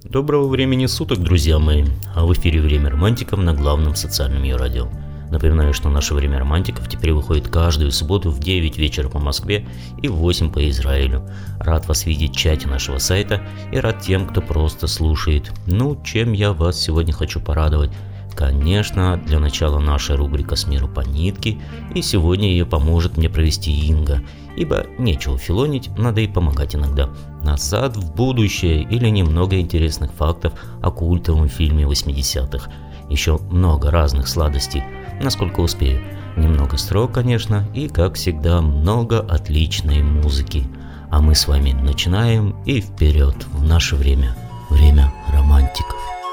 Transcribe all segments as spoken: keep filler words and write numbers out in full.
Доброго времени суток, друзья мои, а в эфире «Время романтиков» на главном социальном ее радио. Напоминаю, что наше «Время романтиков» теперь выходит каждую субботу в девять вечера по Москве и в восемь по Израилю. Рад вас видеть в чате нашего сайта и рад тем, кто просто слушает. Ну, чем я вас сегодня хочу порадовать? Конечно, для начала наша рубрика «С миру по нитке», и сегодня ее поможет мне провести Инга, ибо нечего филонить, надо и помогать иногда. Назад в будущее или немного интересных фактов о культовом фильме восьмидесятых. Еще много разных сладостей, насколько успею. Немного строк, конечно, и, как всегда, много отличной музыки. А мы с вами начинаем и вперед в наше время. Время романтиков.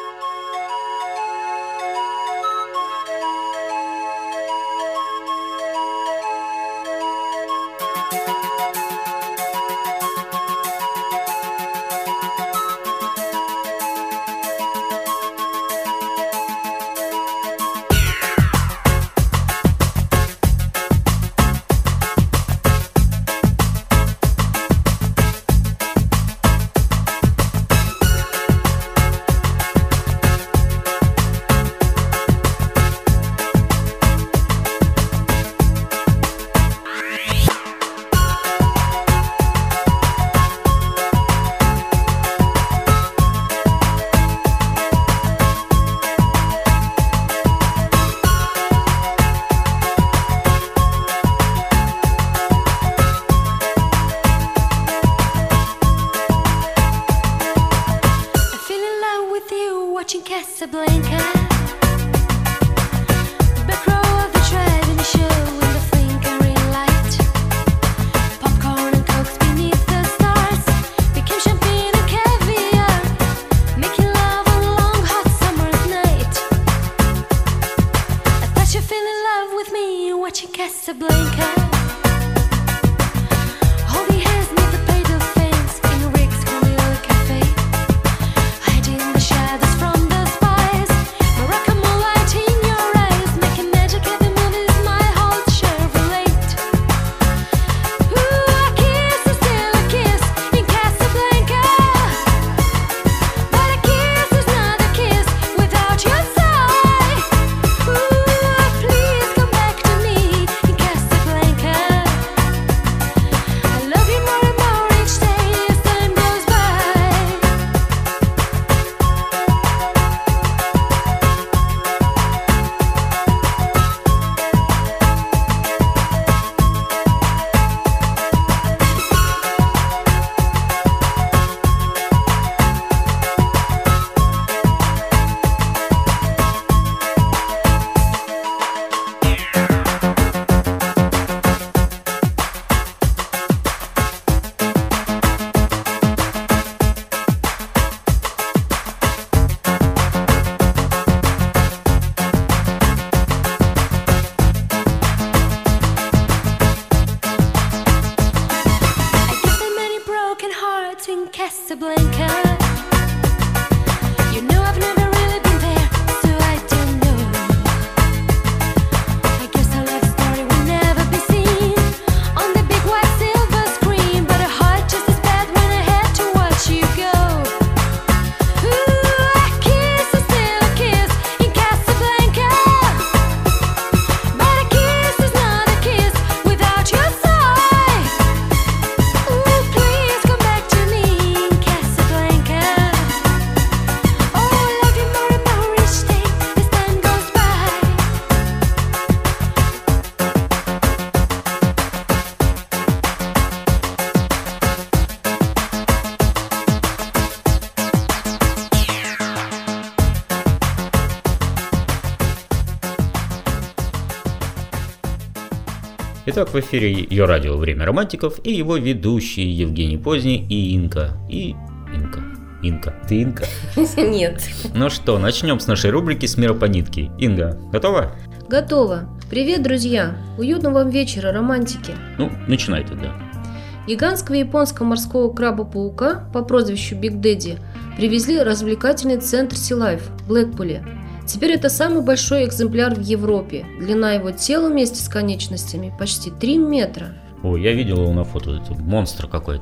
Итак, в эфире ее радио «Время романтиков» и его ведущие Евгений Поздний и Инка. И... Инка. Инка. Ты Инка? Нет. Ну что, начнем с нашей рубрики «С мира по нитке». Инга, готова? Готова. Привет, друзья. Уютного вам вечера, романтики. Ну, начинайте, да. Гигантского японского морского краба-паука по прозвищу Биг Дэдди привезли в развлекательный центр Sea Life в Блэкпуле. Теперь это самый большой экземпляр в Европе. Длина его тела вместе с конечностями почти три метра. О, я видел его на фото, это монстр какой-то.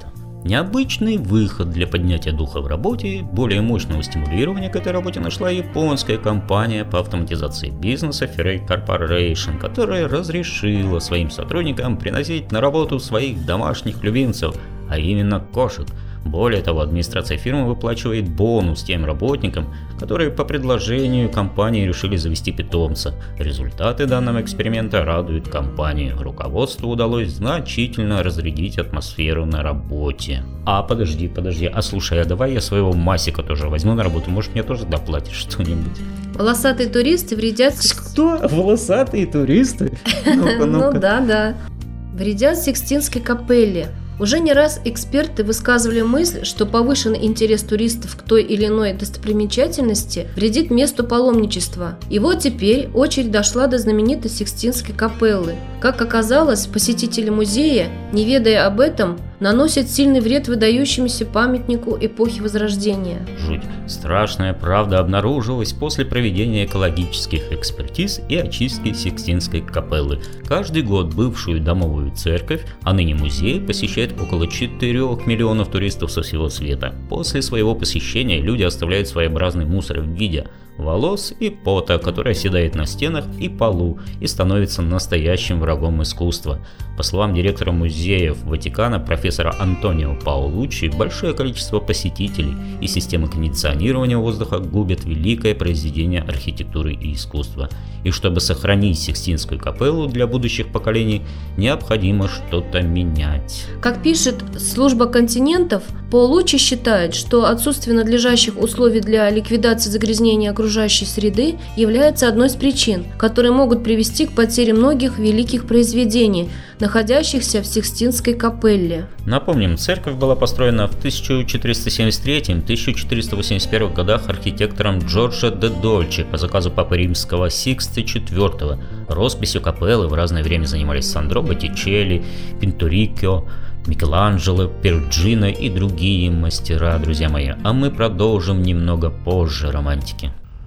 Необычный выход для поднятия духа в работе, более мощного стимулирования к этой работе нашла японская компания по автоматизации бизнеса Freight Corporation, которая разрешила своим сотрудникам приносить на работу своих домашних любимцев, а именно кошек. Более того, администрация фирмы выплачивает бонус тем работникам, которые по предложению компании решили завести питомца. Результаты данного эксперимента радуют компанию. Руководству удалось значительно разрядить атмосферу на работе. А подожди, подожди, а слушай, а давай я своего Масика тоже возьму на работу, может мне тоже доплатишь что-нибудь? Волосатые туристы вредят... Кто? Волосатые туристы? Ну да, да. Вредят Сикстинской капелле. Уже не раз эксперты высказывали мысль, что повышенный интерес туристов к той или иной достопримечательности вредит месту паломничества. И вот теперь очередь дошла до знаменитой Сикстинской капеллы. Как оказалось, посетители музея, не ведая об этом, наносят сильный вред выдающемуся памятнику эпохи Возрождения. Жуть. Страшная правда обнаружилась после проведения экологических экспертиз и очистки Сикстинской капеллы. Каждый год бывшую домовую церковь, а ныне музей, посещает около четырёх миллионов туристов со всего света. После своего посещения люди оставляют своеобразный мусор в виде волос и пота, который оседает на стенах и полу и становится настоящим врагом искусства. По словам директора музеев Ватикана профессора Антонио Паолуччи, большое количество посетителей и системы кондиционирования воздуха губят великое произведение архитектуры и искусства. И чтобы сохранить Сикстинскую капеллу для будущих поколений, необходимо что-то менять. Как пишет служба континентов, Паолуччи считает, что отсутствие надлежащих условий для ликвидации загрязнения окружающей среды является одной из причин, которые могут привести к потере многих великих произведений, находящихся в Сикстинской капелле. Напомним, церковь была построена в тысяча четыреста семьдесят третьем — тысяча четыреста восемьдесят первом годах архитектором Джорджо де Дольче по заказу папы римского Сикста четвёртого. Росписью капеллы в разное время занимались Сандро Боттичелли, Пинториккио, Микеланджело, Перуджино и другие мастера, друзья мои. А мы продолжим немного позже романтики.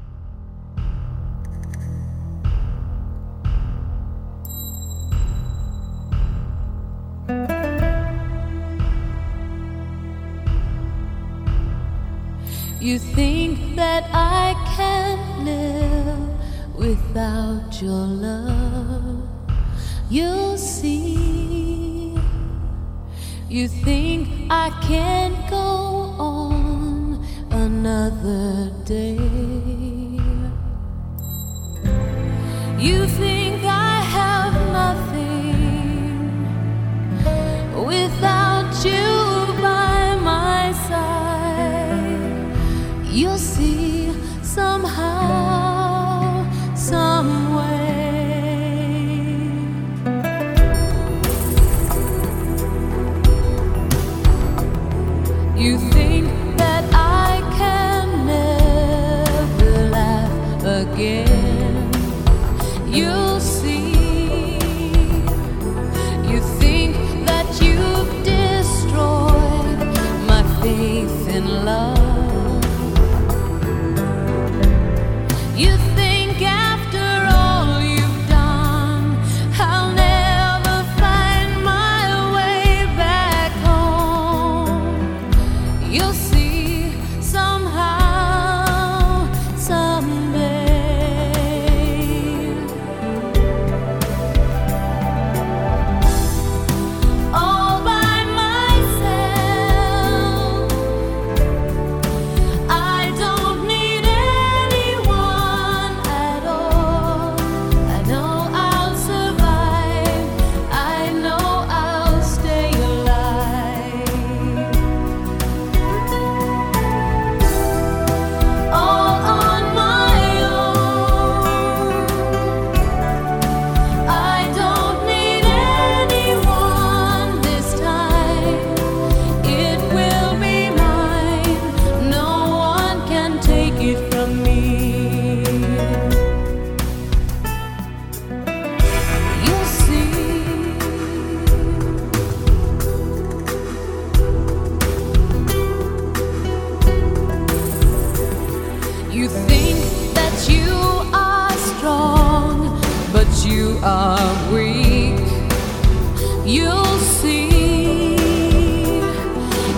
You think that I can't live without your love. You'll see. You think I can't go on another day. You think I have nothing without you by my side. You'll see somehow, some way. You think that I can never laugh again. You'll see. You think that you've destroyed my faith in love. You think after all you've done, I'll never find my way back home. You'll see somehow, someday. All by myself, I don't need anyone at all. I know I'll survive. I know I'll stay alive. All on my own. I don't need anyone this time. It will be mine. No one can take it from me. You'll see. You think that you are strong, but you are weak. You'll see.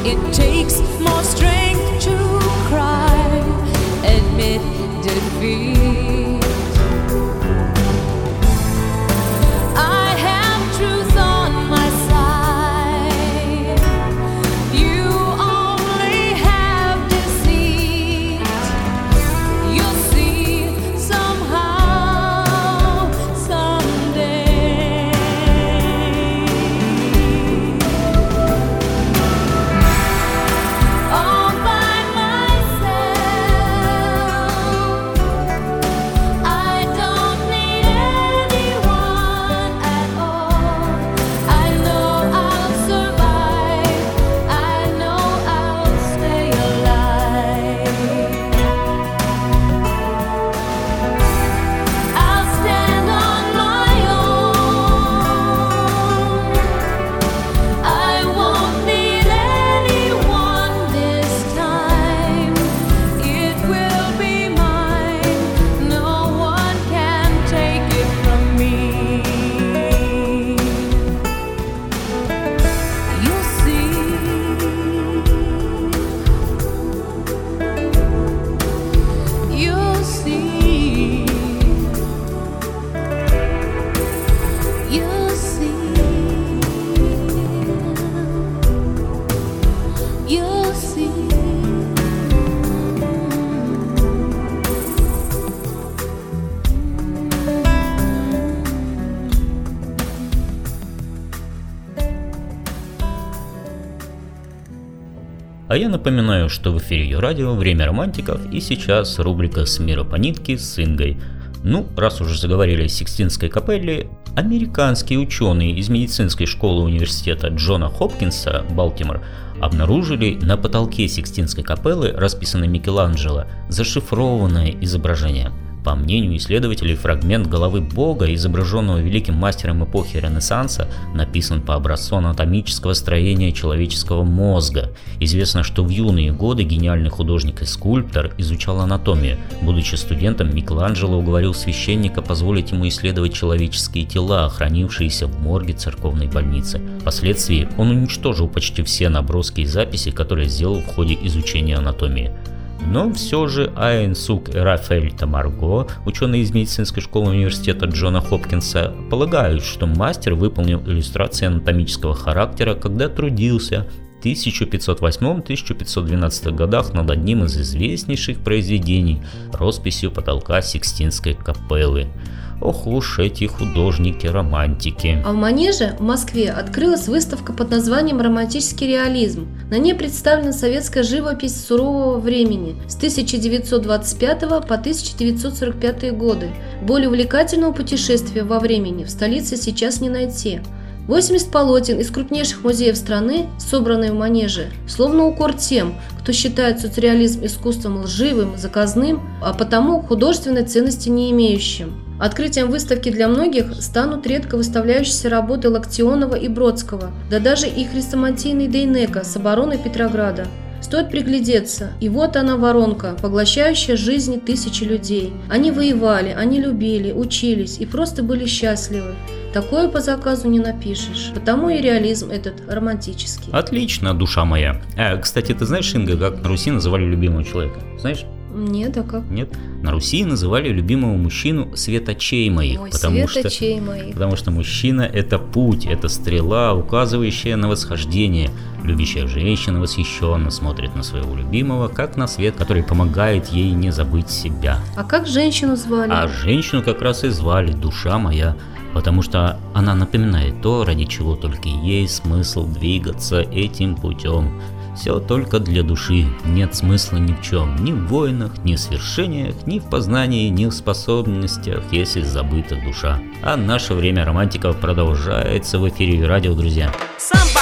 А я напоминаю, что в эфире ее радио «Время романтиков» и сейчас рубрика «С мира по нитке» с Ингой. Ну, раз уже заговорили о Сикстинской капелле, американские ученые из медицинской школы университета Джона Хопкинса, Балтимор, обнаружили на потолке Сикстинской капеллы, расписанной Микеланджело, зашифрованное изображение. По мнению исследователей, фрагмент головы Бога, изображенного великим мастером эпохи Ренессанса, написан по образцу анатомического строения человеческого мозга. Известно, что в юные годы гениальный художник и скульптор изучал анатомию. Будучи студентом, Микеланджело уговорил священника позволить ему исследовать человеческие тела, хранившиеся в морге церковной больницы. Впоследствии он уничтожил почти все наброски и записи, которые сделал в ходе изучения анатомии. Но все же Айн Сук и Рафаэль Тамарго, ученые из медицинской школы университета Джона Хопкинса, полагают, что мастер выполнил иллюстрации анатомического характера, когда трудился в тысяча пятьсот восьмом — тысяча пятьсот двенадцатом годах над одним из известнейших произведений – росписью потолка Сикстинской капеллы. Ох уж эти художники-романтики. А в Манеже в Москве открылась выставка под названием «Романтический реализм». На ней представлена советская живопись сурового времени с тысяча девятьсот двадцать пятого по тысяча девятьсот сорок пятый годы. Более увлекательного путешествия во времени в столице сейчас не найти. восемьдесят полотен из крупнейших музеев страны, собранные в Манеже, словно укор тем, кто считает соцреализм искусством лживым, заказным, а потому художественной ценности не имеющим. Открытием выставки для многих станут редко выставляющиеся работы Локтионова и Бродского, да даже и хрестоматийный Дейнека с обороной Петрограда. Стоит приглядеться, и вот она воронка, поглощающая жизни тысячи людей. Они воевали, они любили, учились и просто были счастливы. Такое по заказу не напишешь, потому и реализм этот романтический. Отлично, душа моя. А, кстати, ты знаешь, Инга, как на Руси называли любимого человека? Знаешь? Нет, а как? Нет. На Руси называли любимого мужчину светочей моих. Ой, потому светочей что, моих. Потому что мужчина – это путь, это стрела, указывающая на восхождение. Любящая женщина восхищенно смотрит на своего любимого, как на свет, который помогает ей не забыть себя. А как женщину звали? А женщину как раз и звали «Душа моя», потому что она напоминает то, ради чего только есть смысл двигаться этим путем. Все только для души, нет смысла ни в чем, ни в войнах, ни в свершениях, ни в познании, ни в способностях, если забыта душа. А наше время романтиков продолжается в эфире радио, друзья. Самба!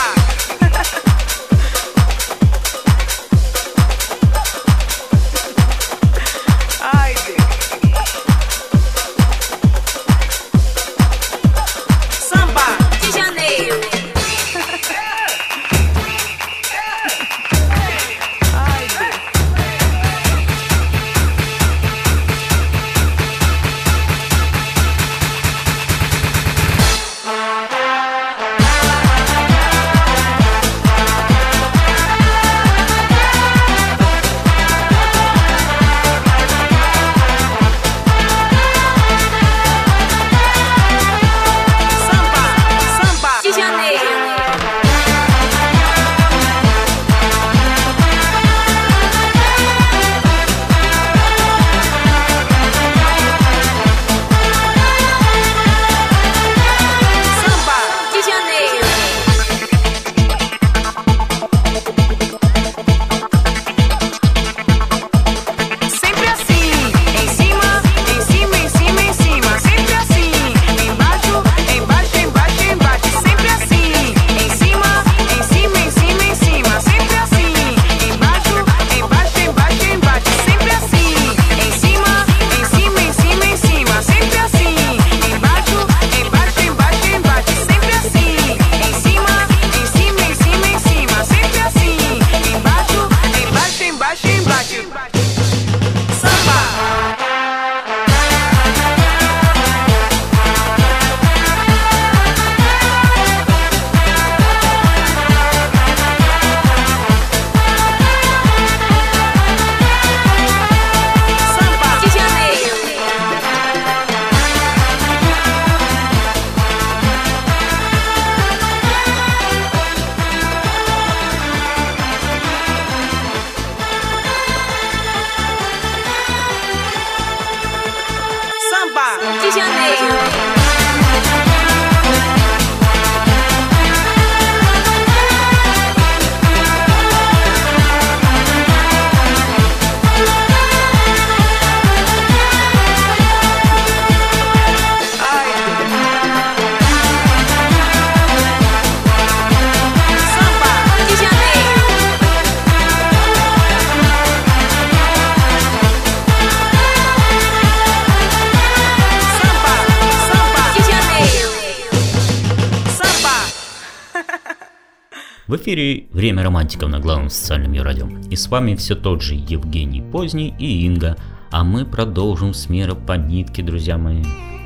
В эфире «Время романтиков» на главном социальном ее радио. И с вами все тот же Евгений Поздний и Инга. А мы продолжим с мира по нитке, друзья мои.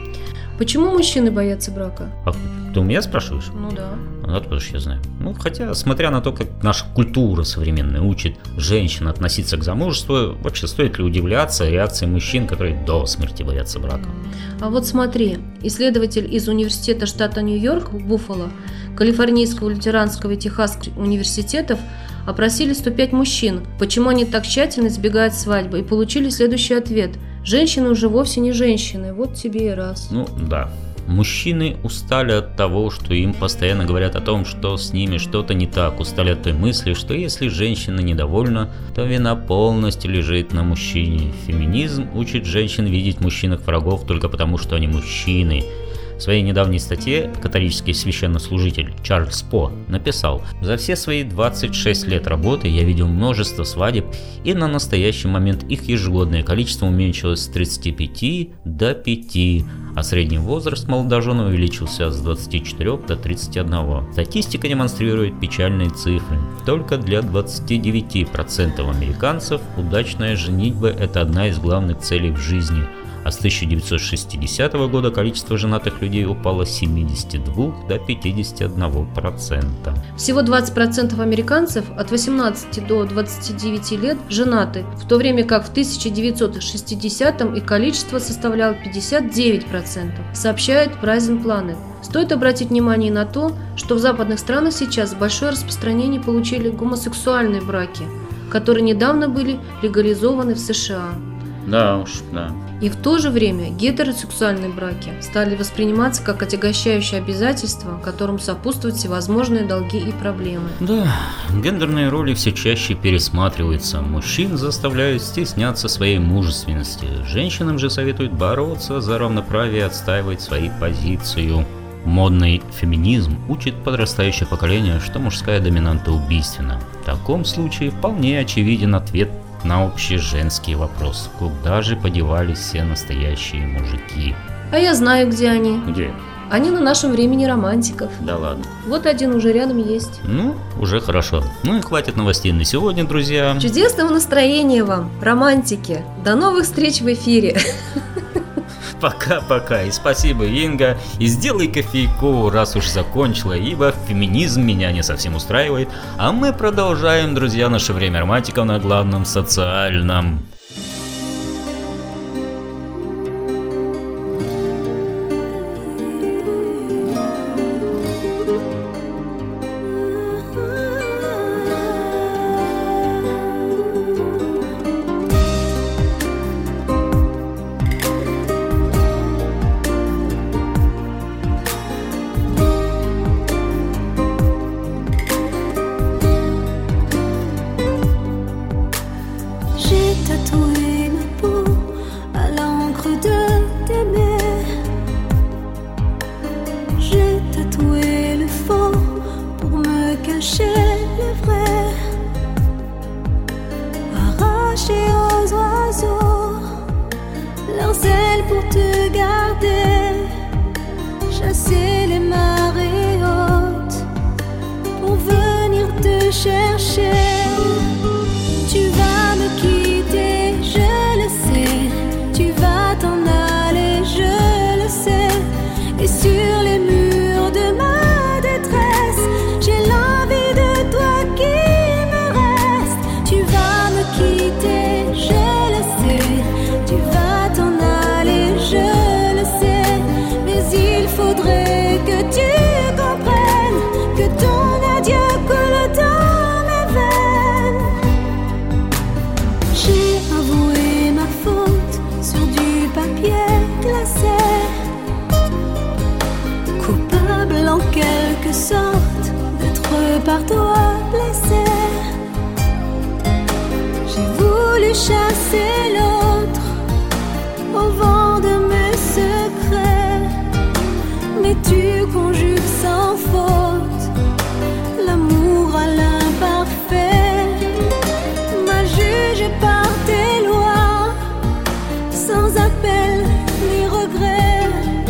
Почему мужчины боятся брака? А ты у меня спрашиваешь? Ну да. Ну, откуда же я знаю? Ну, хотя, смотря на то, как наша культура современная учит женщин относиться к замужеству, вообще стоит ли удивляться реакции мужчин, которые до смерти боятся брака? А вот смотри, исследователь из университета штата Нью-Йорк в Буффало, Калифорнийского, Лютеранского и Техасского университетов опросили сто пять мужчин, почему они так тщательно избегают свадьбы, и получили следующий ответ. Женщины уже вовсе не женщины, вот тебе и раз. Ну да. Мужчины устали от того, что им постоянно говорят о том, что с ними что-то не так. Устали от той мысли, что если женщина недовольна, то вина полностью лежит на мужчине. Феминизм учит женщин видеть в мужчинах врагов только потому, что они мужчины. В своей недавней статье католический священнослужитель Чарльз По написал: «За все свои двадцать шесть лет работы я видел множество свадеб, и на настоящий момент их ежегодное количество уменьшилось с тридцати пяти до пяти, а средний возраст молодожен увеличился с двадцати четырёх до тридцати одного. Статистика демонстрирует печальные цифры. Только для двадцати девяти процентов американцев удачная женитьба – это одна из главных целей в жизни. А с тысяча девятьсот шестидесятого года количество женатых людей упало с семидесяти двух до пятидесяти одного процента. Всего двадцать процентов американцев от восемнадцати до двадцати девяти лет женаты, в то время как в тысяча девятьсот шестидесятом их количество составляло пятьдесят девять процентов, сообщает Prison Planet. Стоит обратить внимание на то, что в западных странах сейчас большое распространение получили гомосексуальные браки, которые недавно были легализованы в США. Да уж, да. И в то же время гетеросексуальные браки стали восприниматься как отягощающие обязательства, которым сопутствуют всевозможные долги и проблемы. Да, гендерные роли все чаще пересматриваются. Мужчин заставляют стесняться своей мужественности. Женщинам же советуют бороться за равноправие и отстаивать свою позицию. Модный феминизм учит подрастающее поколение, что мужская доминанта убийственна. В таком случае вполне очевиден ответ на общий женский вопрос: куда же подевались все настоящие мужики? А я знаю, где они. Где? Они на нашем времени романтиков. Да ладно. Вот один уже рядом есть. Ну, уже хорошо. Ну и хватит новостей на сегодня, друзья. Чудесного настроения вам, романтики. До новых встреч в эфире. Пока-пока. И спасибо, Инга. И сделай кофейку, раз уж закончила, ибо феминизм меня не совсем устраивает. А мы продолжаем, друзья, наше время романтиков на главном социальном. Par toi blessé, j'ai voulu chasser l'autre au vent de mes secrets, mais tu conjugues sans faute l'amour à l'imparfait, m'a jugé par tes lois, sans appel ni regret,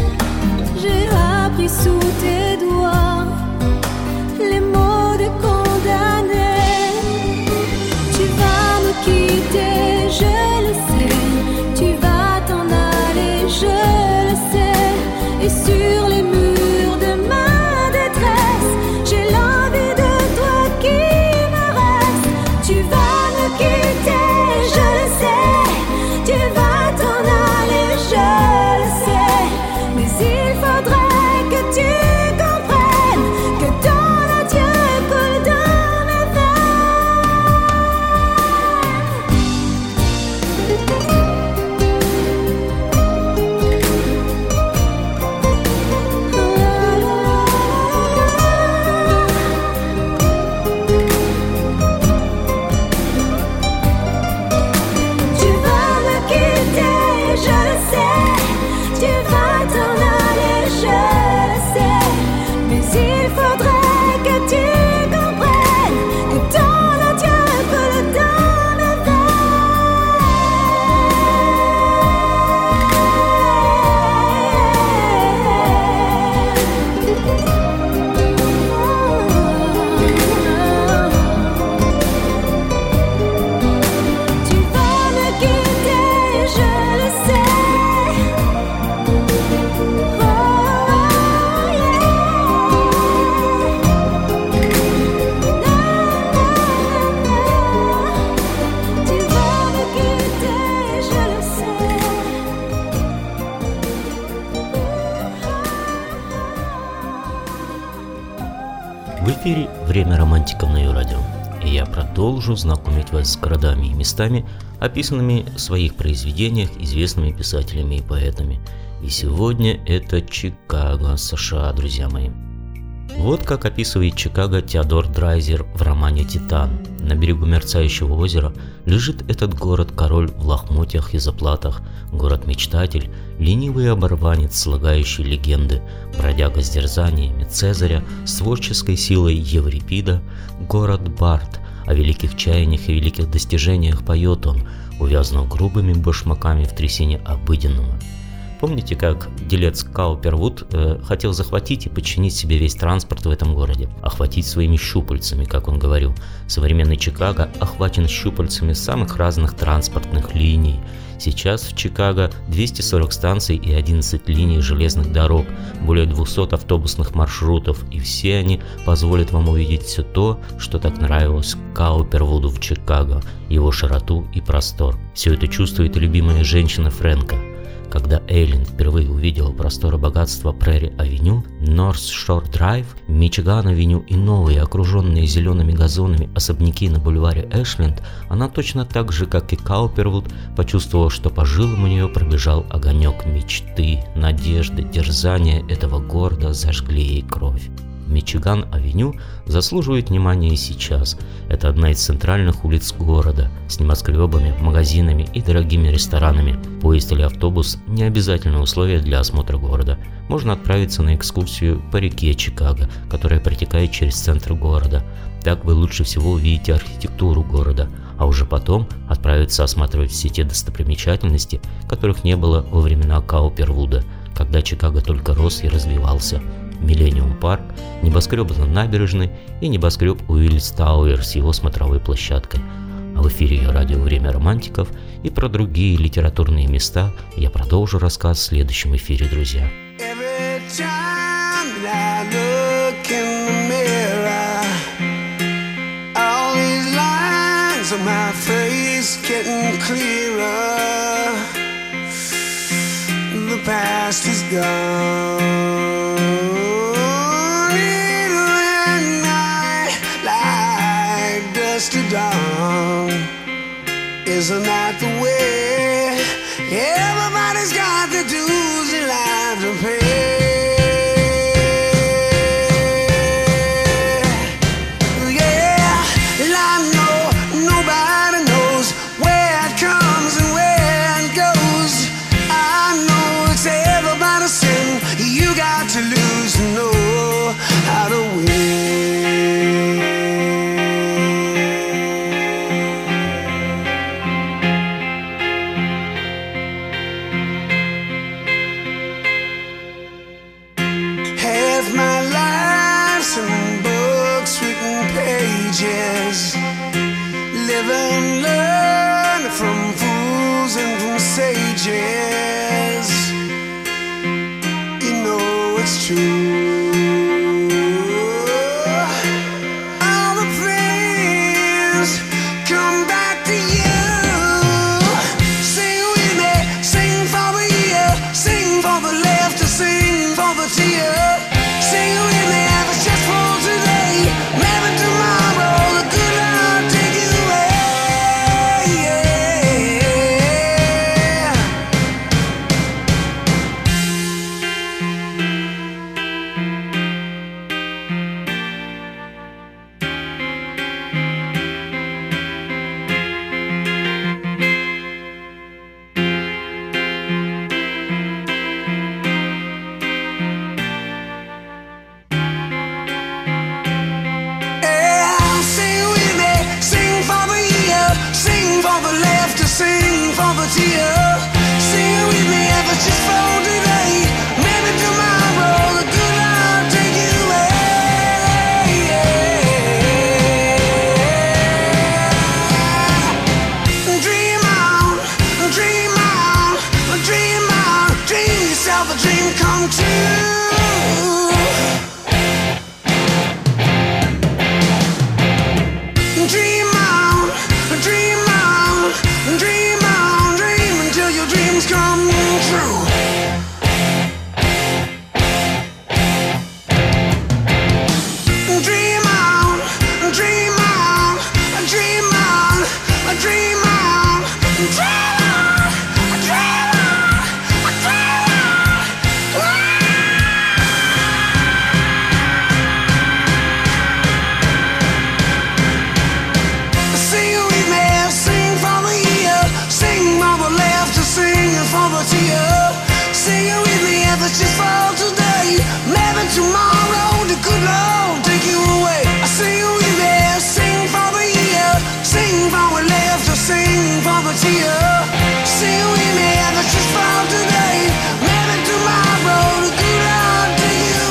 j'ai appris sous tes doigts les mots de condamnation. эфире «Время романтиков» на Ю-радио. И я продолжу знакомить вас с городами и местами, описанными в своих произведениях известными писателями и поэтами. И сегодня это Чикаго, США, друзья мои. Вот как описывает Чикаго Теодор Драйзер в романе «Титан». На берегу мерцающего озера лежит этот город-король в лохмотьях и заплатах, город-мечтатель, ленивый оборванец, слагающий легенды, бродяга с дерзаниями Цезаря, с творческой силой Еврипида, город-бард, о великих чаяниях и великих достижениях поет он, увязнув грубыми башмаками в трясине обыденного. Помните, как делец Каупервуд э, хотел захватить и подчинить себе весь транспорт в этом городе, охватить своими щупальцами, как он говорил. Современный Чикаго охвачен щупальцами самых разных транспортных линий. Сейчас в Чикаго двести сорок станций и одиннадцать линий железных дорог, более двухсот автобусных маршрутов, и все они позволят вам увидеть все то, что так нравилось Каупервуду в Чикаго, его широту и простор. Все это чувствует и любимая женщина Фрэнка. Когда Эйлин впервые увидела просторы богатства Прерри-авеню, Норс-Шор-драйв, Мичиган-авеню и новые, окруженные зелеными газонами особняки на бульваре Эшленд, она точно так же, как и Каупервуд, почувствовала, что по жилам у нее пробежал огонек мечты, надежды, дерзания этого города зажгли ей кровь. Мичиган-авеню заслуживает внимания и сейчас. Это одна из центральных улиц города, с небоскребами, магазинами и дорогими ресторанами. Поезд или автобус – не обязательное условие для осмотра города. Можно отправиться на экскурсию по реке Чикаго, которая протекает через центр города. Так вы лучше всего увидите архитектуру города, а уже потом отправиться осматривать все те достопримечательности, которых не было во времена Каупервуда, когда Чикаго только рос и развивался. Миллениум парк, небоскреб на набережной и небоскреб Уиллис Тауэр с его смотровой площадкой. А в эфире радио «Время романтиков» и про другие литературные места я продолжу рассказ в следующем эфире, друзья. To dawn, isn't that the way? Everybody's got the dues in life to pay. Yeah, and I know nobody knows where it comes and where it goes. I know it's everybody's sin. You got to lose to know how to win. Live and learn from fools and from sages. You know it's true. All the things come back to you. Sing with me, sing for the year, sing for the laughter, sing for the tear. Sing with me if it's just for today, maybe tomorrow. Sing for the tear. Sing with me if it's just for today. Maybe tomorrow the good Lord take you away. Dream on, dream on, dream on. Dream yourself a dream come true. Dream on, dream on, dream on, dream until your dreams come true. Dream on. poverty. Sing with me, I got just from today. Maybe tomorrow, the good Lord to you.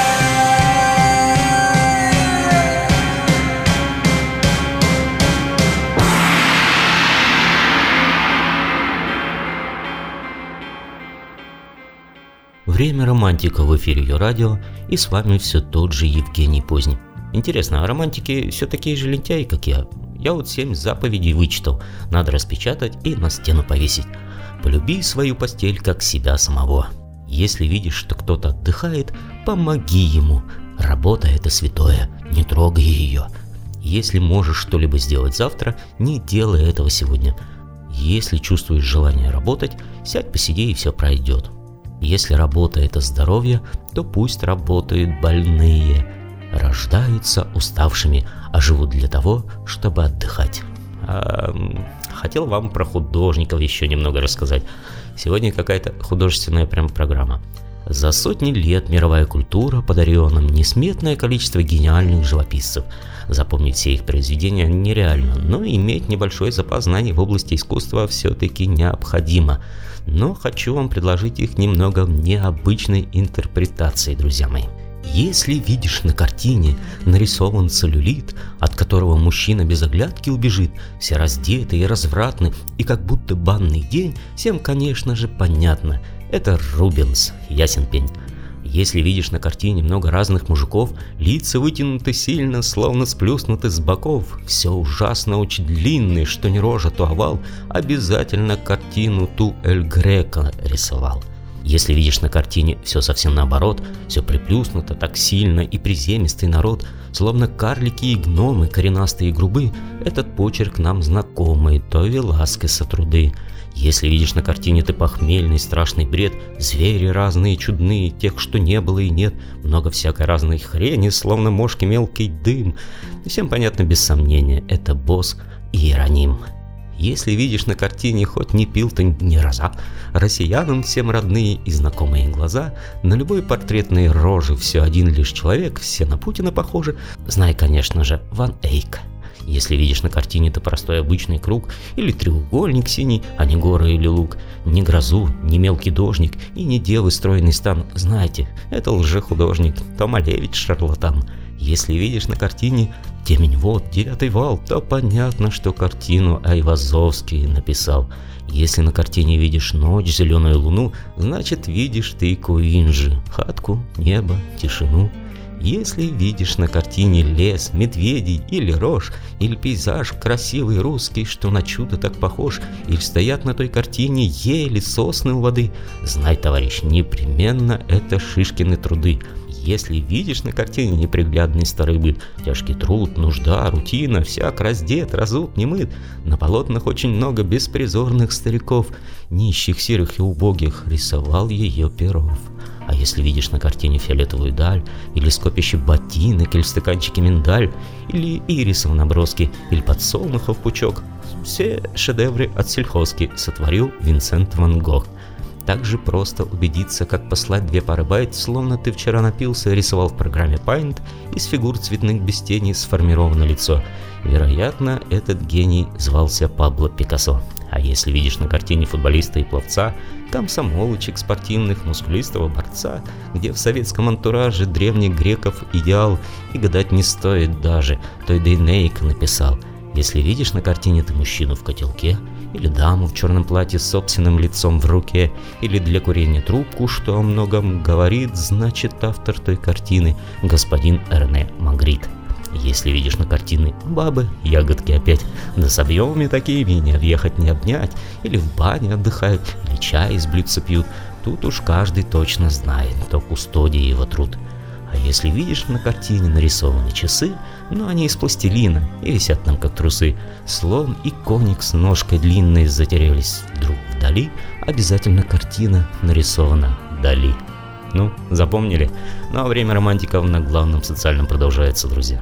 Время романтика в эфире Ее радио, и с вами все тот же Евгений Поздний. Интересно, а романтики все такие же лентяи, как я? Я вот семь заповедей вычитал, надо распечатать и на стену повесить. Полюби свою постель, как себя самого. Если видишь, что кто-то отдыхает, помоги ему. Работа – это святое, не трогай ее. Если можешь что-либо сделать завтра, не делай этого сегодня. Если чувствуешь желание работать, сядь, посиди, и все пройдет. Если работа – это здоровье, то пусть работают больные. Рождаются уставшими, а живут для того, чтобы отдыхать. А, хотел вам про художников еще немного рассказать. Сегодня какая-то художественная прям программа. За сотни лет мировая культура подарила нам несметное количество гениальных живописцев. Запомнить все их произведения нереально, но иметь небольшой запас знаний в области искусства все-таки необходимо. Но хочу вам предложить их немного необычной интерпретации, друзья мои. Если видишь на картине нарисован целлюлит, от которого мужчина без оглядки убежит, все раздеты и развратны, и как будто банный день, всем, конечно же, понятно. Это Рубенс, ясен пень. Если видишь на картине много разных мужиков, лица вытянуты сильно, словно сплюснуты с боков, все ужасно очень длинное, что не рожа, то овал, обязательно картину ту Эль Греко рисовал. Если видишь на картине все совсем наоборот, все приплюснуто так сильно и приземистый народ, словно карлики и гномы, коренастые и грубы, этот почерк нам знакомый, то Веласкеса труды. Если видишь на картине ты похмельный, страшный бред, звери разные, чудные, тех, что не было и нет, много всякой разной хрени, словно мошки мелкий дым. Всем понятно без сомнения, это босс Иероним. Если видишь на картине хоть не пил ты ни раза, россиянам всем родные и знакомые глаза, на любой портретной роже все один лишь человек, все на Путина похожи, знай, конечно же, Ван Эйк. Если видишь на картине ты простой обычный круг или треугольник синий, а не горы или луг, ни грозу, ни мелкий дождик и ни девы стройный стан, знайте, это лжехудожник, то Малевич шарлатан. Если видишь на картине темень вод, девятый вал, то понятно, что картину Айвазовский написал. Если на картине видишь ночь, зеленую луну, значит видишь ты Куинджи, хатку, небо, тишину. Если видишь на картине лес, медведей или рожь, или пейзаж красивый русский, что на чудо так похож, или стоят на той картине ели, сосны у воды, знай, товарищ, непременно это Шишкины труды. Если видишь на картине неприглядный старый быт, тяжкий труд, нужда, рутина, всяк раздет, разут, не мыт, на полотнах очень много беспризорных стариков, нищих, серых и убогих, рисовал ее Перов. А если видишь на картине фиолетовую даль, или скопище ботинок, или стаканчики миндаль, или ирисов наброски, или подсолнухов пучок, все шедевры от сельхозки сотворил Винсент Ван Гог. Также просто убедиться, как послать две пары байт, словно ты вчера напился, рисовал в программе Paint, из фигур цветных без тени сформировано лицо. Вероятно, этот гений звался Пабло Пикассо. А если видишь на картине футболиста и пловца, комсомолочек спортивных, мускулистого борца, где в советском антураже древних греков идеал и гадать не стоит даже, то и Дейнейк написал. Если видишь на картине ты мужчину в котелке, или даму в черном платье с собственным лицом в руке, или для курения трубку, что о многом говорит, значит автор той картины господин Эрне Магрит. Если видишь на картины бабы, ягодки опять, да с объемами такими не объехать, не обнять, или в бане отдыхают, или чай из блюдца пьют, тут уж каждый точно знает, то кустодия его труд. А если видишь на картине нарисованы часы, но они из пластилина и висят там как трусы, слон и коник с ножкой длинной затерялись вдруг вдали, обязательно картина нарисована Дали. Ну, запомнили? Ну а время романтиков на главном социальном продолжается, друзья.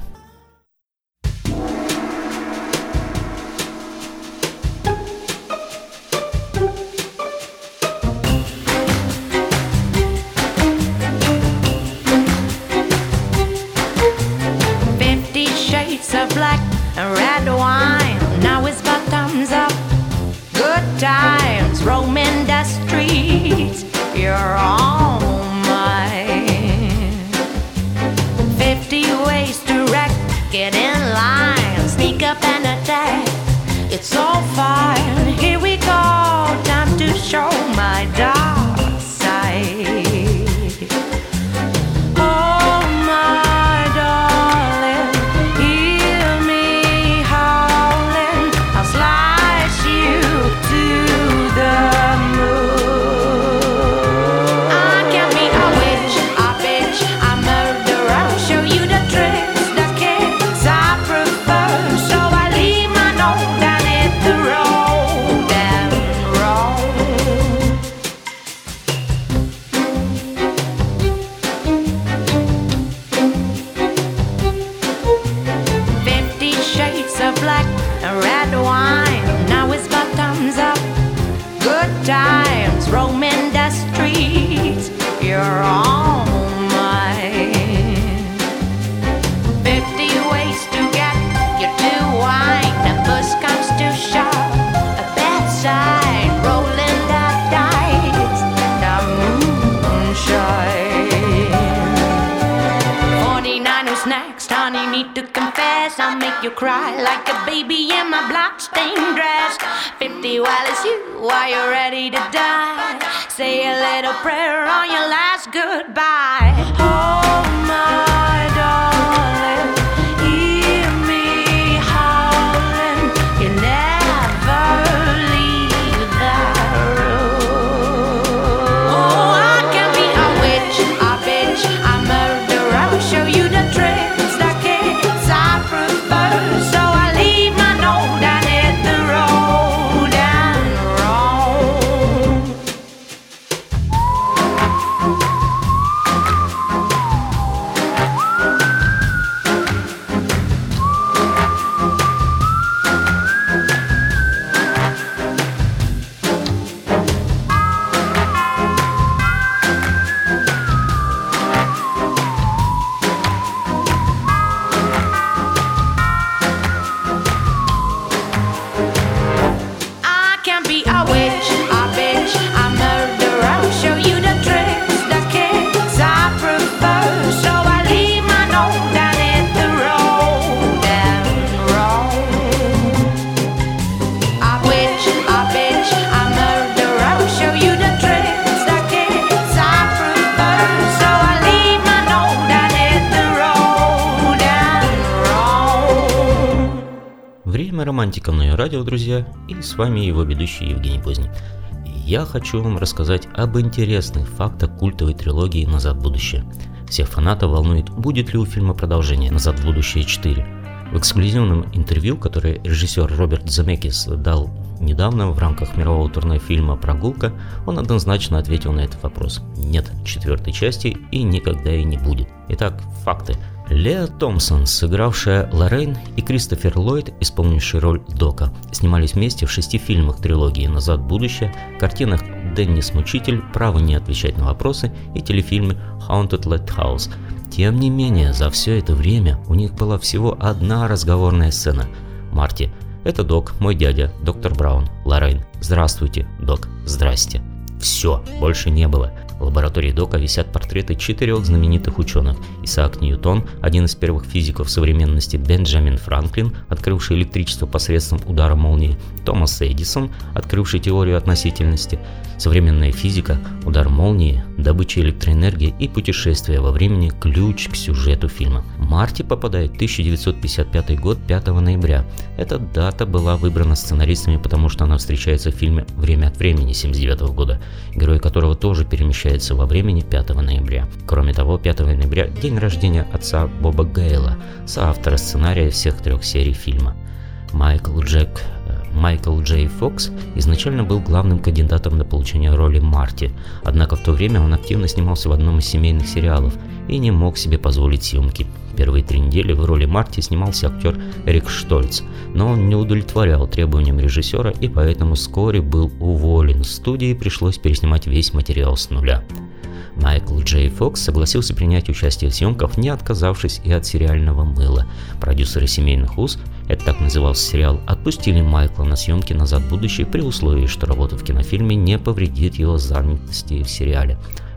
Fifty shades of black and red wine. Now his bottoms up. it's all fine. Here we go, time to show my dark side. Oh my darling, hear me howling. I'll slice you to the moon. I can be a witch, a bitch, a murderer. I'll show you the tricks, the kicks I prefer. So I leave my note and hit the road and roll. Fifty shades of black and red wine. Now it's bottoms up. Good times roaming the streets. You're all mine. Fifty ways to get you to wine. The bus comes to shop. A bedside rolling the dice. The moonshine. Forty-nine who's next, honey, need to confess. I'll make you cry like a baby in my blood-stained dress. Fifty, well, it's you, are you ready to die? Say a little prayer on your last goodbye. Oh my darling, hear me howling. You never leave the room. Oh, I can be a witch, a bitch, a murderer. I'll show you the tricks, the kicks I prefer. So I leave my note and hit the road and roll. I can be a witch, a bitch, a murderer. I'll show you the tricks, the kicks I prefer. So I leave my note and hit the road and roll. A witch, a bitch, a murderer. I'll show you the tricks, the kicks I prefer. So I leave my note and hit the road and roll. Время романтика на ее радио, друзья, и с вами его ведущий Евгений Поздний. И я хочу вам рассказать об интересных фактах культовой трилогии «Назад в будущее». Всех фанатов волнует, будет ли у фильма продолжение «Назад в будущее четыре». В эксклюзивном интервью, которое режиссер Роберт Земекис дал недавно в рамках мирового турне фильма «Прогулка», он однозначно ответил на этот вопрос. Нет четвертой части и никогда и не будет. Итак, факты. Леа Томпсон, сыгравшая Лоррейн, и Кристофер Ллойд, исполнивший роль Дока, снимались вместе в шести фильмах трилогии «Назад в будущее», картинах «Деннис Мучитель», «Право не отвечать на вопросы» и телефильме «Haunted Lighthouse». Тем не менее, за все это время у них была всего одна разговорная сцена. «Марти, это Док, мой дядя, доктор Браун. Лоррейн, здравствуйте, Док, здрасте». Все, больше не было. В лаборатории Дока висят портреты четырех знаменитых ученых. Исаак Ньютон, один из первых физиков современности, Бенджамин Франклин, открывший электричество посредством удара молнии, Томас Эдисон, открывший теорию относительности, современная физика, удар молнии, добыча электроэнергии и путешествие во времени – ключ к сюжету фильма. Марти попадает в тысяча девятьсот пятьдесят пятый год, пятого ноября. Эта дата была выбрана сценаристами, потому что она встречается в фильме «Время от времени» семьдесят девятого года, герой которого тоже перемещается во времени пятого ноября. Кроме того, пятого ноября – день рождения отца Боба Гейла, соавтора сценария всех трех серий фильма. Майкл Джек Майкл Джей Фокс изначально был главным кандидатом на получение роли Марти, однако в то время он активно снимался в одном из семейных сериалов и не мог себе позволить съемки. Первые три недели в роли Марти снимался актер Эрик Штольц, но он не удовлетворял требованиям режиссера и поэтому вскоре был уволен. Студии пришлось переснимать весь материал с нуля. Майкл Джей Фокс согласился принять участие в съемках, не отказавшись и от сериального мыла. Продюсеры «Семейных уз», это так назывался сериал, отпустили Майкла на съемки «Назад в будущее» при условии, что работа в кинофильме не повредит его занятости в сериале.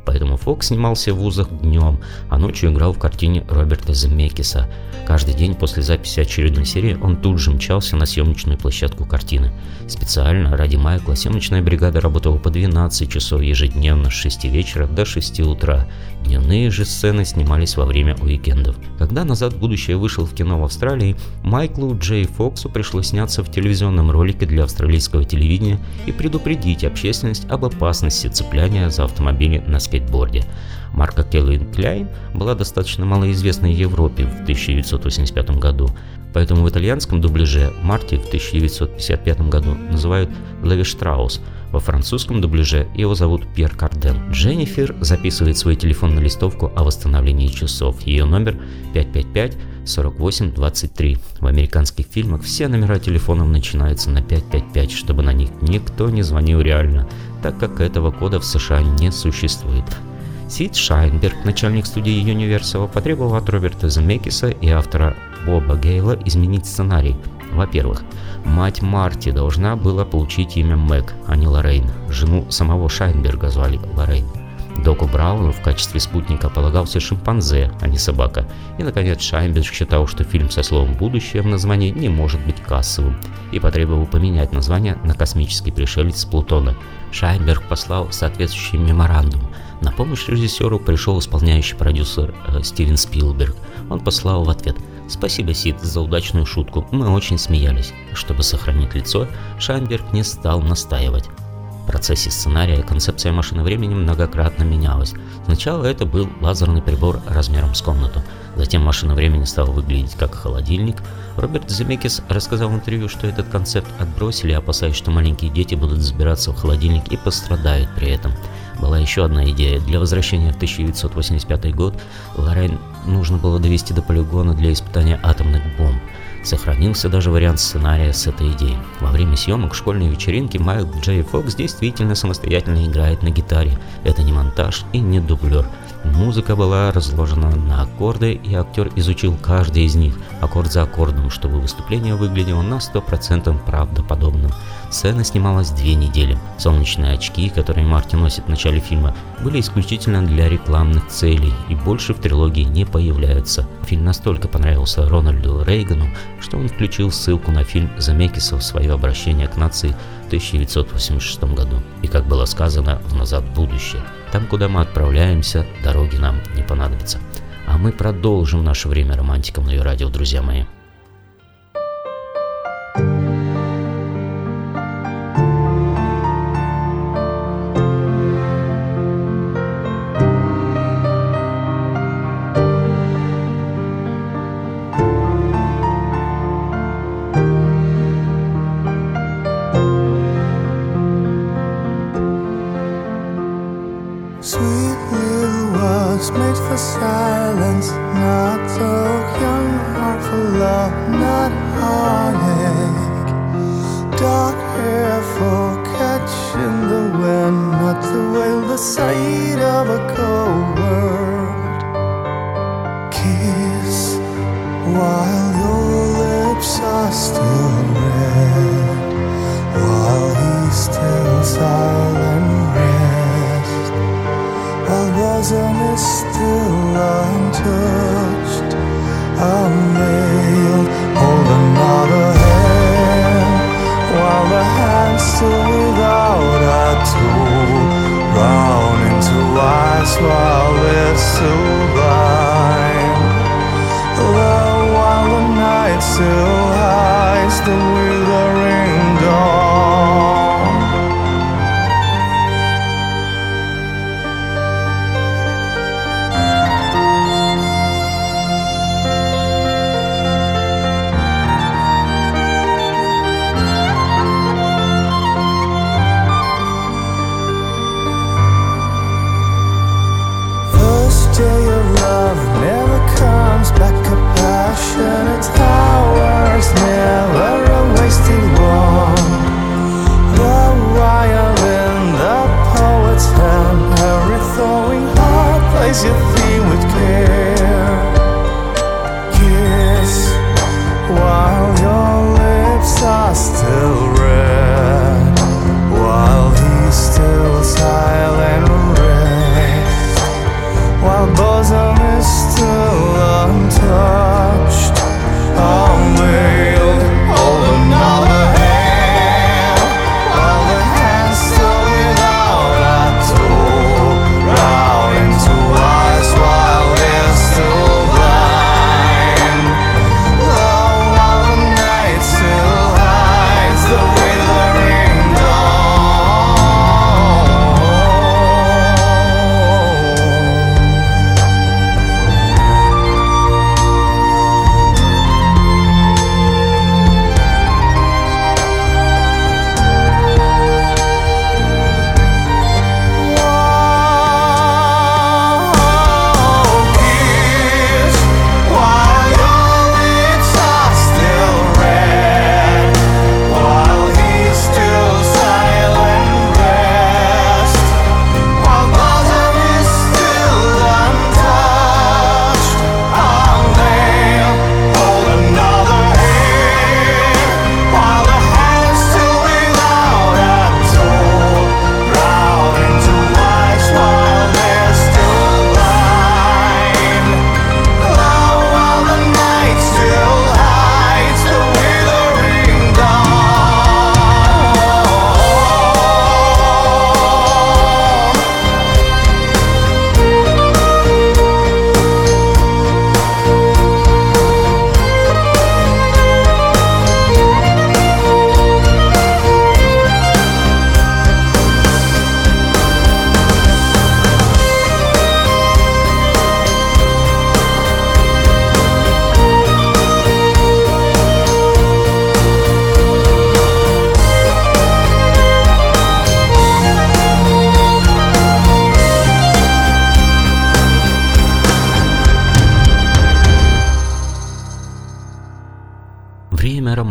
поэтому Фокс снимался в вузах днем, а ночью играл в картине Роберта Земекиса. Каждый день после записи очередной серии он тут же мчался на съемочную площадку картины. Специально ради Майкла съемочная бригада работала по двенадцать часов ежедневно с шести вечера до шести утра. Дневные же сцены снимались во время уикендов. Когда «Назад в будущее» вышел в кино в Австралии, Майклу Джей Фоксу пришлось сняться в телевизионном ролике для австралийского телевидения и предупредить общественность об опасности цепляния за автомобили на скейтборде. Марка Кельвин Кляйн была достаточно малоизвестной в Европе в тысяча девятьсот восемьдесят пятом году, поэтому в итальянском дубляже Марти в тысяча девятьсот пятьдесят пятом году называют Леви Штраус, во французском дубляже его зовут Пьер Карден. Дженнифер записывает свой телефон на листовку о восстановлении часов. Ее номер пять пять пять сорок восемь двадцать три. В американских фильмах все номера телефонов начинаются на пять пять пять, чтобы на них никто не звонил реально, так как этого кода в США не существует. Сид Шайнберг, начальник студии Universal, потребовал от Роберта Земекиса и автора Боба Гейла изменить сценарий. Во-первых, мать Марти должна была получить имя Мэг, а не Лоррейн. Жену самого Шайнберга звали Лоррейн. Доку Брауну в качестве спутника полагался шимпанзе, а не собака. И, наконец, Шайнберг считал, что фильм со словом «будущее» в названии не может быть кассовым, и потребовал поменять название на «Космический пришелец с Плутона». Шайнберг послал соответствующий меморандум. На помощь режиссеру пришел исполняющий продюсер э, Стивен Спилберг. Он послал в ответ: «Спасибо, Сид, за удачную шутку, мы очень смеялись». Чтобы сохранить лицо, Шайнберг не стал настаивать. В процессе сценария концепция машины времени многократно менялась. Сначала это был лазерный прибор размером с комнату, затем машина времени стала выглядеть как холодильник. Роберт Земекис рассказал в интервью, что этот концепт отбросили, опасаясь, что маленькие дети будут забираться в холодильник и пострадают при этом. Была еще одна идея. Для возвращения в тысяча девятьсот восемьдесят пятый год Лоррейн нужно было довести до полигона для испытания атомных бомб. Сохранился даже вариант сценария с этой идеей. Во время съемок школьной вечеринки Майкл Джей Фокс действительно самостоятельно играет на гитаре. Это не монтаж и не дублер. Музыка была разложена на аккорды, и актер изучил каждый из них, аккорд за аккордом, чтобы выступление выглядело на сто процентов правдоподобным. Сцена снималась две недели. Солнечные очки, которые Марти носит в начале фильма, были исключительно для рекламных целей и больше в трилогии не появляются. Фильм настолько понравился Рональду Рейгану, что он включил ссылку на фильм Земекиса в свое обращение к нации в тысяча девятьсот восемьдесят шестом году. И как было сказано в «Назад в будущее», там, куда мы отправляемся, дороги нам не понадобятся. А мы продолжим наше время романтиком на ее радио, друзья мои. Sweet little words made for silence, not so young, heart for love, not heartache. Dark hair for catching the wind, not to wail the sight of a cold world. Kiss while your lips are still red, while he's still silent red. While bosom is still untouched, unveiled, hold another hand, while the hand's still without a tool, round into ice while it's still blind. Love while the night still hides the withering dawn. Passionate hours, never a wasted one. The violin, the poet's hand, every thawing heart plays your theme with care. Kiss while your lips are still red, while he's still silent red.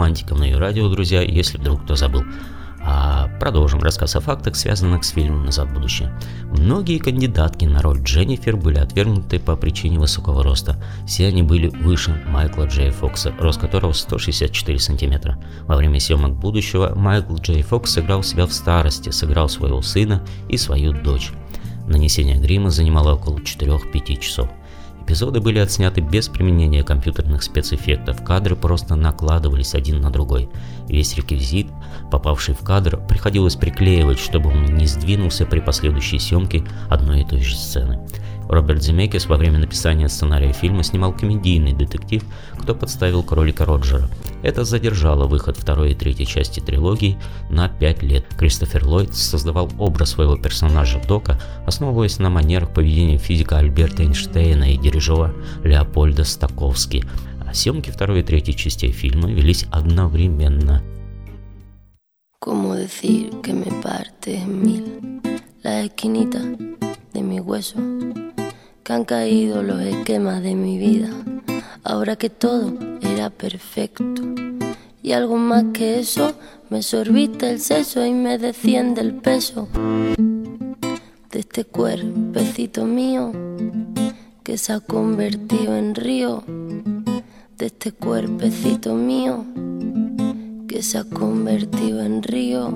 романтиков на ее радио, друзья, если вдруг кто забыл. А продолжим рассказ о фактах, связанных с фильмом «Назад в будущее». Многие кандидатки на роль Дженнифер были отвергнуты по причине высокого роста. Все они были выше Майкла Джей Фокса, рост которого сто шестьдесят четыре сантиметра. Во время съемок будущего Майкл Джей Фокс сыграл себя в старости, сыграл своего сына и свою дочь. Нанесение грима занимало около четыре-пять часов. Эпизоды были отсняты без применения компьютерных спецэффектов, кадры просто накладывались один на другой. Весь реквизит, попавший в кадр, приходилось приклеивать, чтобы он не сдвинулся при последующей съемке одной и той же сцены. Роберт Земекис во время написания сценария фильма снимал комедийный детектив «Кто подставил кролика Роджера». Это задержало выход второй и третьей части трилогии на пять лет. Кристофер Ллойд создавал образ своего персонажа Дока, основываясь на манерах поведения физика Альберта Эйнштейна и дирижера Леопольда Стаковски. А съемки второй и третьей частей фильма велись одновременно. ¿Cómo decir que me parte en mil la esquinita de mi hueso? Que han caído los esquemas de mi vida, ahora que todo era perfecto. Y algo más que eso, me sorbiste el seso y me desciende el peso de este cuerpecito mío que se ha convertido en río, de este cuerpecito mío que se ha convertido en río.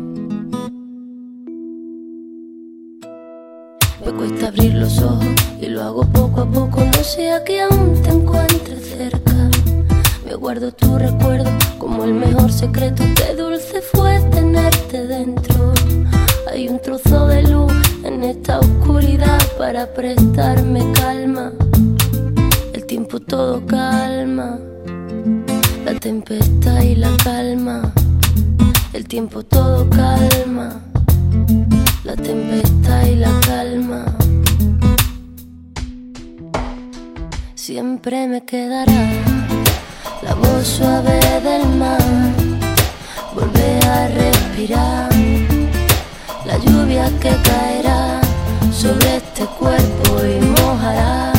Me cuesta abrir los ojos y lo hago poco a poco, no sea que aún te encuentres cerca. Me guardo tu recuerdo como el mejor secreto, qué dulce fue tenerte dentro. Hay un trozo de luz en esta oscuridad para prestarme calma. El tiempo todo calma, la tempestad y la calma. El tiempo todo calma, la tempestad y la calma. Siempre me quedará la voz suave del mar, volver a respirar la lluvia que caerá sobre este cuerpo y mojará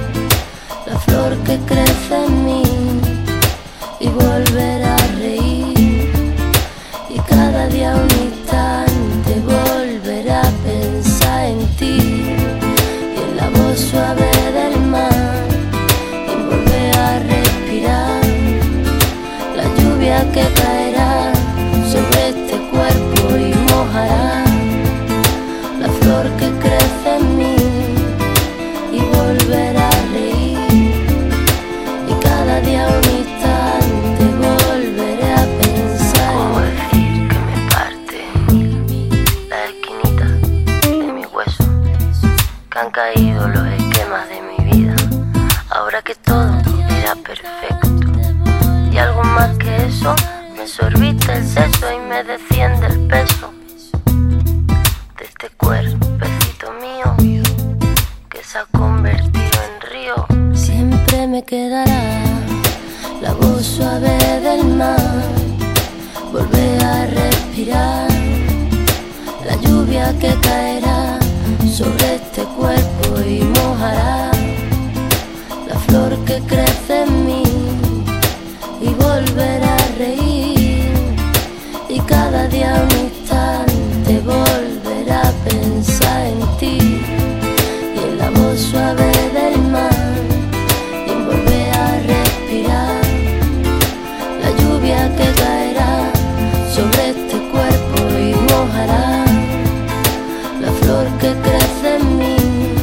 la flor que crece en mí y volver a reír, y cada día un instante volver a pensar en ti y en la voz suave del mar, y volver a respirar la lluvia que caerá sobre este cuerpo y mojará la flor que crece en mí y volver a reír, y cada día un instante volveré a pensar. ¿Cómo decir que me parte en mil la esquinita de mi hueso? Que han caído los esquemas de mi vida, ahora que todo era perfecto. Y algo más que eso, me sorbiste el seso y me desciende el peso de este cuerpecito mío que se ha convertido en río. Siempre me quedará la voz suave del mar, volver a respirar la lluvia que caerá sobre este cuerpo y mojará la flor que crece en mí y volver a reír, y cada día un instante volver a pensar en ti y en la voz suave del mar, y en volver a respirar la lluvia que caerá sobre este cuerpo y mojará la flor que crece en mí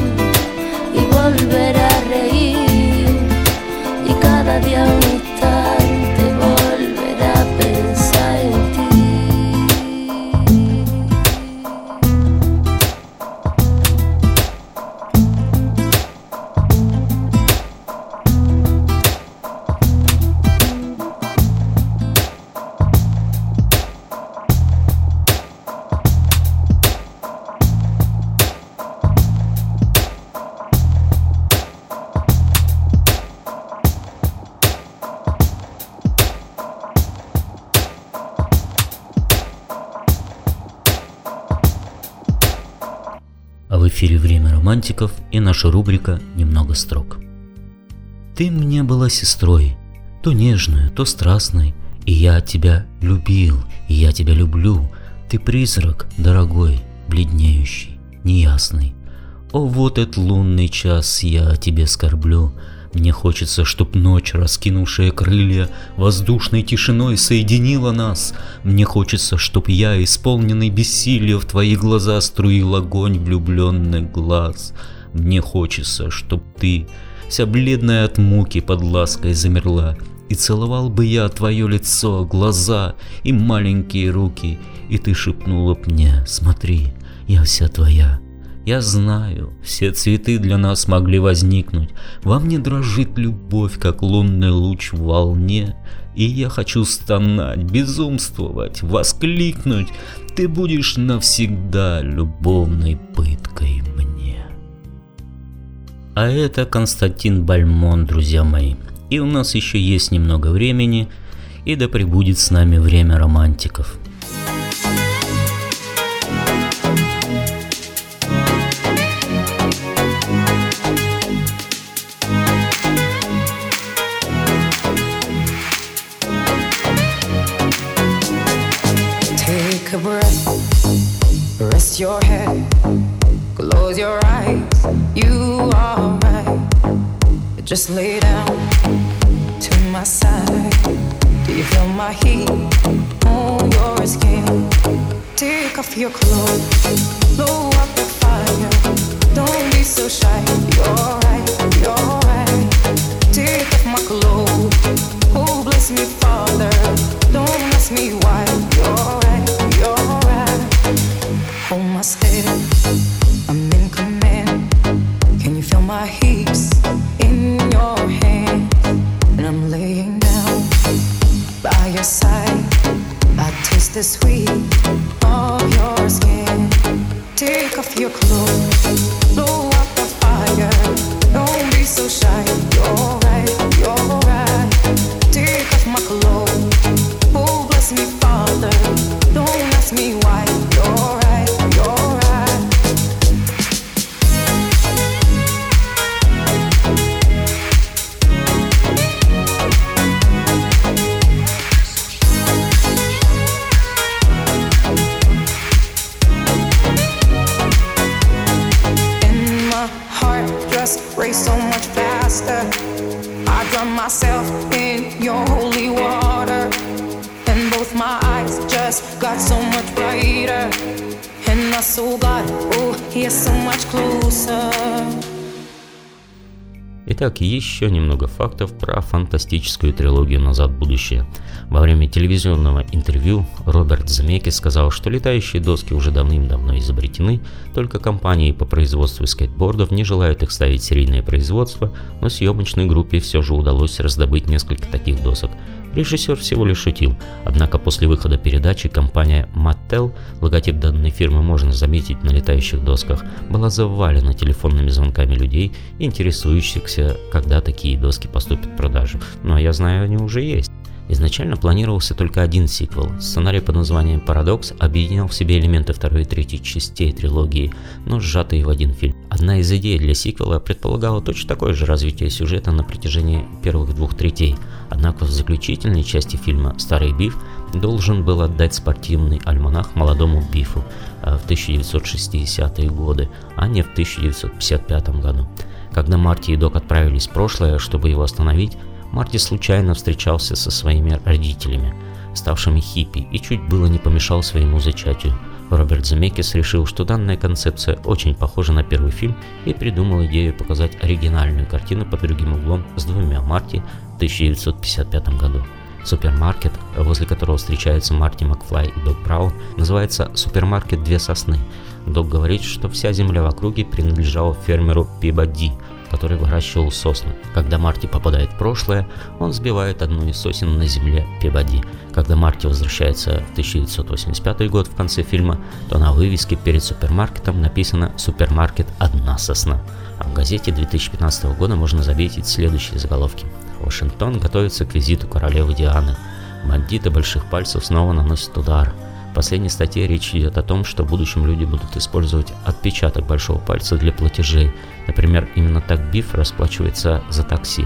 y volver a reír, y cada día un instante volver a pensar en ti. А в эфире «Время романтиков» и наша рубрика «Немного строк». Ты мне была сестрой, то нежной, то страстной, И я тебя любил, и я тебя люблю. Ты призрак, дорогой, бледнеющий, неясный. О, вот этот лунный час, я о тебе скорблю. Мне хочется, чтоб ночь, раскинувшая крылья, воздушной тишиной соединила нас. Мне хочется, чтоб я, исполненный бессилия, в твои глаза струил огонь влюбленных глаз. Мне хочется, чтоб ты, вся бледная от муки, под лаской замерла, и целовал бы я твое лицо, глаза и маленькие руки, и ты шепнула б мне: смотри, я вся твоя. Я знаю, все цветы для нас могли возникнуть. Во мне дрожит любовь, как лунный луч в волне. И я хочу стонать, безумствовать, воскликнуть: ты будешь навсегда любовной пыткой мне. А это Константин Бальмон, друзья мои. И у нас еще есть немного времени, и да пребудет с нами время романтиков. Take a breath, rest your head, close your eyes, you are right. Just lay down to my side. Do you feel my heat on your skin? Take off your clothes, blow up the fire. Don't be so shy, you're right, you're right. Take off my clothes, oh bless me Father. Don't ask me why, you're right, you're right. Hold my step, I'm in command. Can you feel my hips in your hand? And I'm laying down by your side. I taste the sweet of your skin. Take off your clothes, blow up the fire. Don't be so shy, you're right, you're right. Take off my clothes, oh bless me Father. Don't ask me why, you're right, you're right. And my heart just race so much faster. I drown myself in your holy water, and both my eyes just got so much brighter. And I saw God, oh, He is so much closer. Итак, еще немного фактов про фантастическую трилогию «Назад в будущее». Во время телевизионного интервью Роберт Земекис сказал, что летающие доски уже давным-давно изобретены, только компании по производству скейтбордов не желают их ставить в серийное производство, но съемочной группе все же удалось раздобыть несколько таких досок. Режиссер всего лишь шутил, однако после выхода передачи компания Mattel, логотип данной фирмы можно заметить на летающих досках, была завалена телефонными звонками людей, интересующихся, когда такие доски поступят в продажу. Ну а я знаю, они уже есть. Изначально планировался только один сиквел. Сценарий под названием «Парадокс» объединял в себе элементы второй и третьей частей трилогии, но сжатые в один фильм. Одна из идей для сиквела предполагала точно такое же развитие сюжета на протяжении первых двух третей, однако в заключительной части фильма «Старый Биф» должен был отдать спортивный альманах молодому Бифу в тысяча девятьсот шестидесятые годы, а не в тысяча девятьсот пятьдесят пятом году. Когда Марти и Док отправились в прошлое, чтобы его остановить, Марти случайно встречался со своими родителями, ставшими хиппи, и чуть было не помешал своему зачатию. Роберт Земекис решил, что данная концепция очень похожа на первый фильм, и придумал идею показать оригинальную картину под другим углом с двумя Марти в тысяча девятьсот пятьдесят пятом году. Супермаркет, возле которого встречаются Марти Макфлай и Док Браун, называется «Супермаркет Две Сосны». Док говорит, что вся земля в округе принадлежала фермеру Пибоди, который выращивал сосны. Когда Марти попадает в прошлое, он сбивает одну из сосен на земле Пибоди. Когда Марти возвращается в тысяча девятьсот восемьдесят пятый год в конце фильма, то на вывеске перед супермаркетом написано «Супермаркет Одна сосна». А в газете две тысячи пятнадцатого года можно заметить следующие заголовки. Вашингтон готовится к визиту королевы Дианы. Бандиты больших пальцев снова наносят удар. В последней статье речь идет о том, что в будущем люди будут использовать отпечаток большого пальца для платежей. Например, именно так Биф расплачивается за такси.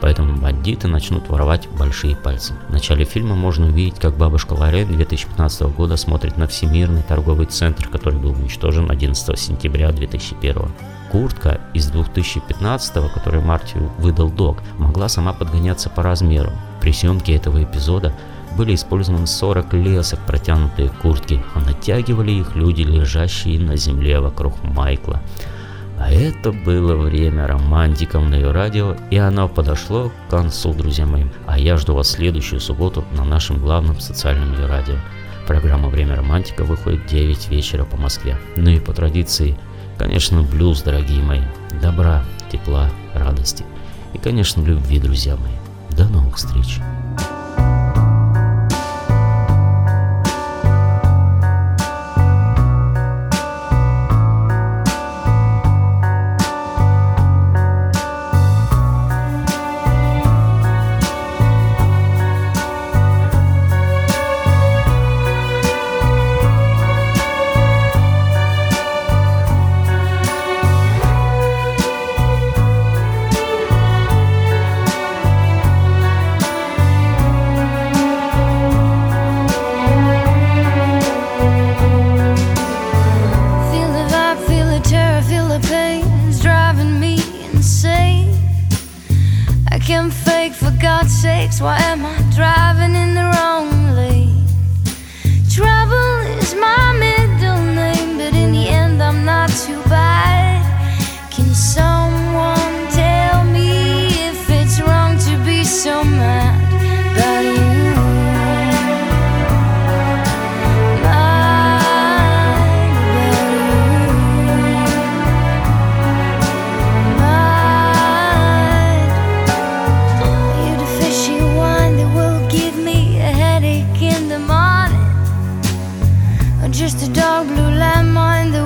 поэтому бандиты начнут воровать большие пальцы. В начале фильма можно увидеть, как бабушка Лорен две тысячи пятнадцатого года смотрит на Всемирный торговый центр, который был уничтожен одиннадцатого сентября две тысячи первого. Куртка из две тысячи пятнадцатого, которую Марти выдал Док, могла сама подгоняться по размеру. При съемке этого эпизода были использованы сорок лесок, протянутые куртки, а натягивали их люди, лежащие на земле вокруг Майкла. А это было время романтиков на ее радио, и оно подошло к концу, друзья мои. А я жду вас в следующую субботу на нашем главном социальном ее радио. Программа «Время романтика» выходит в девять вечера по Москве. Ну и по традиции, конечно, блюз, дорогие мои. Добра, тепла, радости и, конечно, любви, друзья мои. До новых встреч! Why am I driving in the wrong lane? Trouble is my middle name, but in the end I'm not too bad. Can someone tell me if it's wrong to be so mad about you? Mad about you. Mad. You're the fishy wine that will give me a headache in the morning, or just a dark blue landmine that